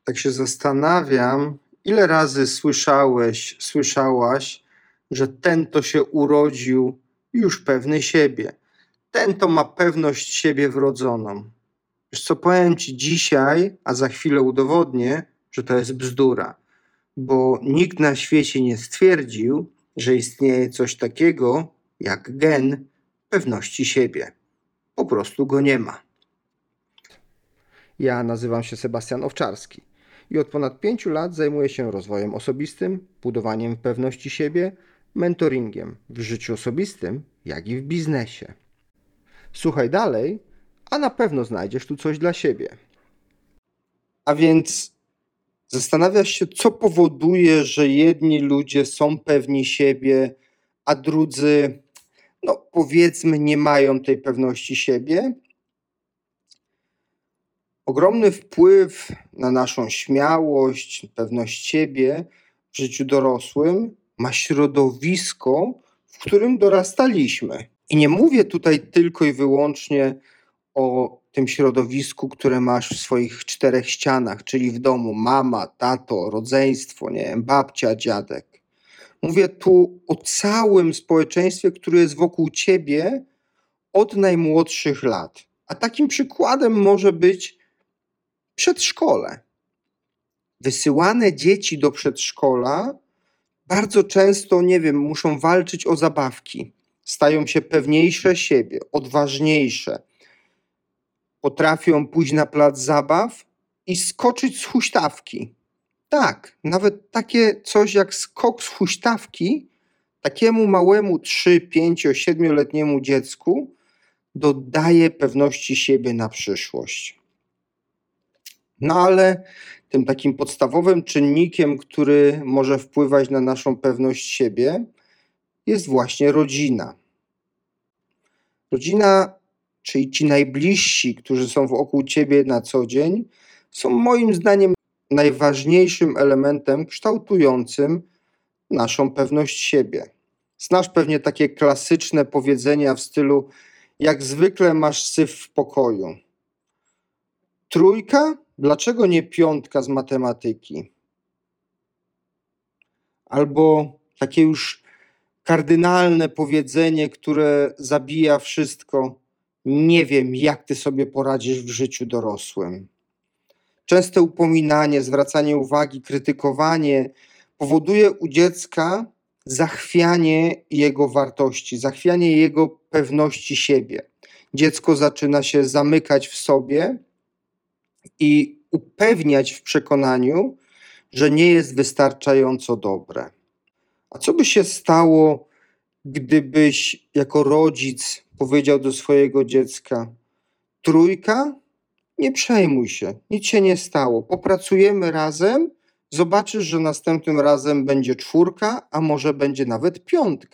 Tak się zastanawiam, ile razy słyszałaś, że ten to się urodził już pewny siebie. Ten to ma pewność siebie wrodzoną. Wiesz co, powiem ci dzisiaj, a za chwilę udowodnię, że to jest bzdura. Bo nikt na świecie nie stwierdził, że istnieje coś takiego jak gen pewności siebie. Po prostu go nie ma. Ja nazywam się Sebastian Owczarski i od ponad 5 lat zajmuję się rozwojem osobistym, budowaniem pewności siebie, mentoringiem w życiu osobistym, jak i w biznesie. Słuchaj dalej, a na pewno znajdziesz tu coś dla siebie. A więc zastanawiasz się, co powoduje, że jedni ludzie są pewni siebie, a drudzy, no powiedzmy, nie mają tej pewności siebie? Ogromny wpływ na naszą śmiałość, pewność siebie w życiu dorosłym ma środowisko, w którym dorastaliśmy. I nie mówię tutaj tylko i wyłącznie o tym środowisku, które masz w swoich 4 ścianach, czyli w domu mama, tato, rodzeństwo, nie wiem, babcia, dziadek. Mówię tu o całym społeczeństwie, które jest wokół ciebie od najmłodszych lat. A takim przykładem może być przedszkole. Wysyłane dzieci do przedszkola bardzo często, nie wiem, muszą walczyć o zabawki. Stają się pewniejsze siebie, odważniejsze. Potrafią pójść na plac zabaw i skoczyć z huśtawki. Tak, nawet takie coś jak skok z huśtawki takiemu małemu 3, 5, 7-letniemu dziecku dodaje pewności siebie na przyszłość. No ale tym takim podstawowym czynnikiem, który może wpływać na naszą pewność siebie, jest właśnie rodzina. Rodzina, czyli ci najbliżsi, którzy są wokół ciebie na co dzień, są moim zdaniem najważniejszym elementem kształtującym naszą pewność siebie. Znasz pewnie takie klasyczne powiedzenia w stylu: jak zwykle masz syf w pokoju. 3? Dlaczego nie 5 z matematyki? Albo takie już kardynalne powiedzenie, które zabija wszystko: nie wiem, jak ty sobie poradzisz w życiu dorosłym. Częste upominanie, zwracanie uwagi, krytykowanie powoduje u dziecka zachwianie jego wartości, zachwianie jego pewności siebie. Dziecko zaczyna się zamykać w sobie i upewniać w przekonaniu, że nie jest wystarczająco dobre. A co by się stało, gdybyś jako rodzic powiedział do swojego dziecka: 3? Nie przejmuj się, nic się nie stało. Popracujemy razem, zobaczysz, że następnym razem będzie 4, a może będzie nawet 5.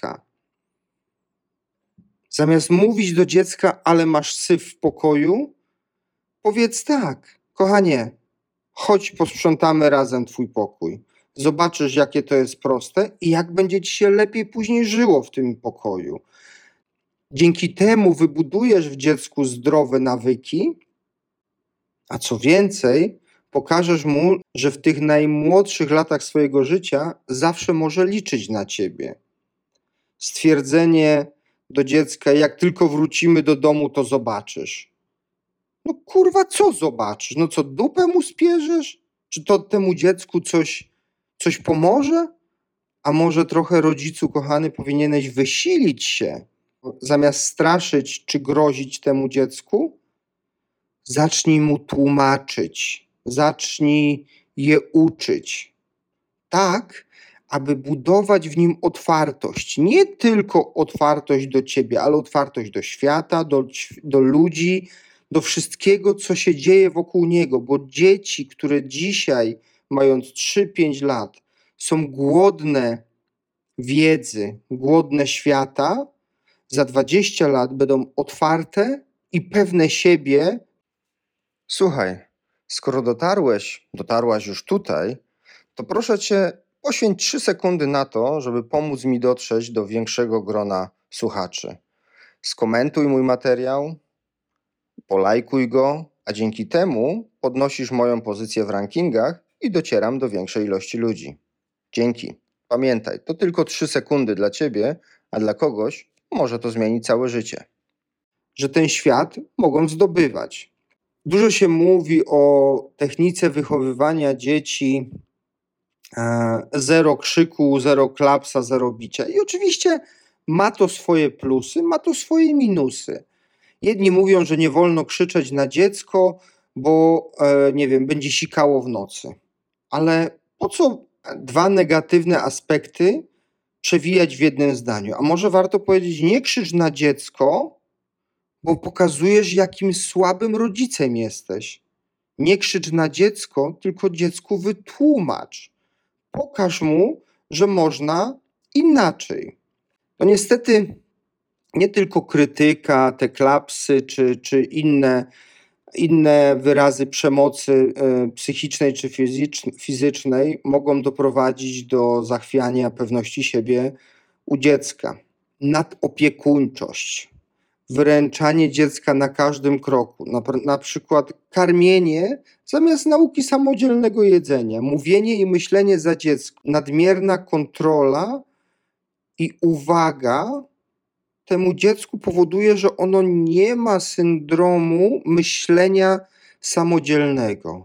Zamiast mówić do dziecka: ale masz syf w pokoju, powiedz tak: kochanie, chodź posprzątamy razem twój pokój. Zobaczysz, jakie to jest proste i jak będzie ci się lepiej później żyło w tym pokoju. Dzięki temu wybudujesz w dziecku zdrowe nawyki, a co więcej, pokażesz mu, że w tych najmłodszych latach swojego życia zawsze może liczyć na ciebie. Stwierdzenie do dziecka: jak tylko wrócimy do domu, to zobaczysz. No kurwa, co zobaczysz? No co, dupę mu spierzesz? Czy to temu dziecku coś pomoże? A może trochę, rodzicu kochany, powinieneś wysilić się, zamiast straszyć czy grozić temu dziecku? Zacznij mu tłumaczyć, zacznij je uczyć, tak, aby budować w nim otwartość. Nie tylko otwartość do ciebie, ale otwartość do świata, do ludzi, do wszystkiego, co się dzieje wokół niego. Bo dzieci, które dzisiaj, mając 3-5 lat, są głodne wiedzy, głodne świata, za 20 lat będą otwarte i pewne siebie. Słuchaj, skoro dotarłaś już tutaj, to proszę cię, poświęć 3 sekundy na to, żeby pomóc mi dotrzeć do większego grona słuchaczy. Skomentuj mój materiał, polajkuj go, a dzięki temu podnosisz moją pozycję w rankingach i docieram do większej ilości ludzi. Dzięki. Pamiętaj, to tylko 3 sekundy dla ciebie, a dla kogoś może to zmienić całe życie. Że ten świat mogą zdobywać. Dużo się mówi o technice wychowywania dzieci, zero krzyku, zero klapsa, zero bicia. I oczywiście ma to swoje plusy, ma to swoje minusy. Jedni mówią, że nie wolno krzyczeć na dziecko, bo nie wiem, będzie sikało w nocy. Ale po co 2 negatywne aspekty przewijać w jednym zdaniu? A może warto powiedzieć, nie krzycz na dziecko, bo pokazujesz, jakim słabym rodzicem jesteś. Nie krzycz na dziecko, tylko dziecku wytłumacz. Pokaż mu, że można inaczej. No niestety nie tylko krytyka, te klapsy czy inne wyrazy przemocy psychicznej czy fizycznej mogą doprowadzić do zachwiania pewności siebie u dziecka. Nadopiekuńczość, wyręczanie dziecka na każdym kroku, na przykład karmienie zamiast nauki samodzielnego jedzenia, mówienie i myślenie za dziecko, nadmierna kontrola i uwaga temu dziecku powoduje, że ono nie ma syndromu myślenia samodzielnego.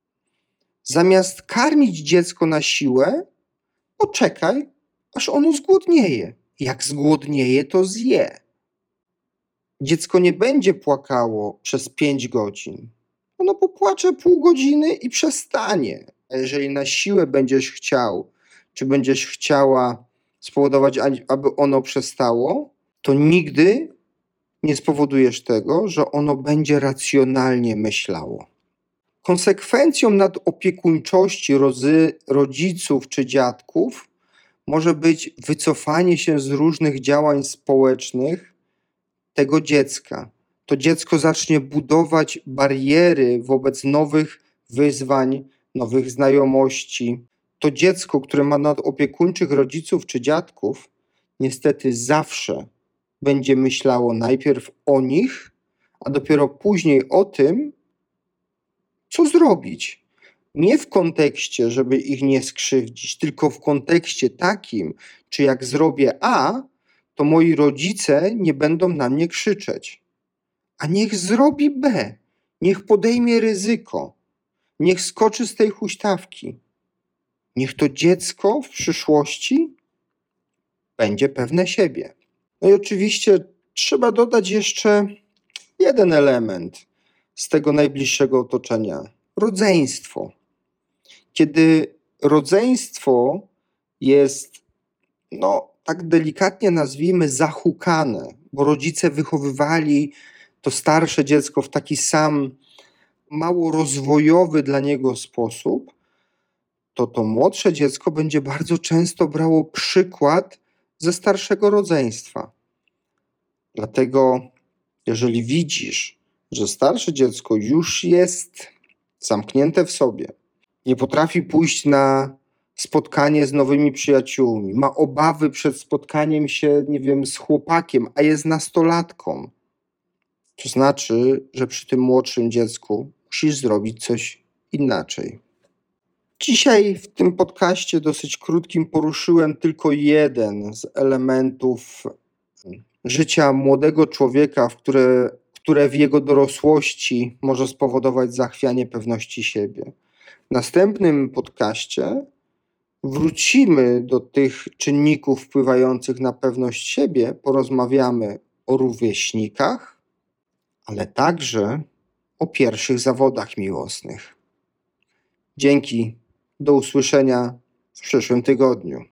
Zamiast karmić dziecko na siłę, poczekaj, aż ono zgłodnieje. Jak zgłodnieje, to zje. Dziecko nie będzie płakało przez 5 godzin. Ono popłacze pół godziny i przestanie. A jeżeli na siłę będziesz chciał, czy będziesz chciała spowodować, aby ono przestało, to nigdy nie spowodujesz tego, że ono będzie racjonalnie myślało. Konsekwencją nadopiekuńczości rodziców czy dziadków może być wycofanie się z różnych działań społecznych tego dziecka. To dziecko zacznie budować bariery wobec nowych wyzwań, nowych znajomości. To dziecko, które ma nadopiekuńczych rodziców czy dziadków, niestety zawsze będzie myślało najpierw o nich, a dopiero później o tym, co zrobić. Nie w kontekście, żeby ich nie skrzywdzić, tylko w kontekście takim, czy jak zrobię A, to moi rodzice nie będą na mnie krzyczeć. A niech zrobi B, niech podejmie ryzyko, niech skoczy z tej huśtawki. Niech to dziecko w przyszłości będzie pewne siebie. No i oczywiście trzeba dodać jeszcze jeden element z tego najbliższego otoczenia. Rodzeństwo. Kiedy rodzeństwo jest, tak delikatnie nazwijmy, zahukane, bo rodzice wychowywali to starsze dziecko w taki sam mało rozwojowy dla niego sposób, to młodsze dziecko będzie bardzo często brało przykład ze starszego rodzeństwa. Dlatego, jeżeli widzisz, że starsze dziecko już jest zamknięte w sobie, nie potrafi pójść na spotkanie z nowymi przyjaciółmi, ma obawy przed spotkaniem się, z chłopakiem, a jest nastolatką, to znaczy, że przy tym młodszym dziecku musisz zrobić coś inaczej. Dzisiaj w tym podcaście dosyć krótkim poruszyłem tylko jeden z elementów życia młodego człowieka, które w jego dorosłości może spowodować zachwianie pewności siebie. W następnym podcaście wrócimy do tych czynników wpływających na pewność siebie, porozmawiamy o rówieśnikach, ale także o pierwszych zawodach miłosnych. Dzięki, do usłyszenia w przyszłym tygodniu.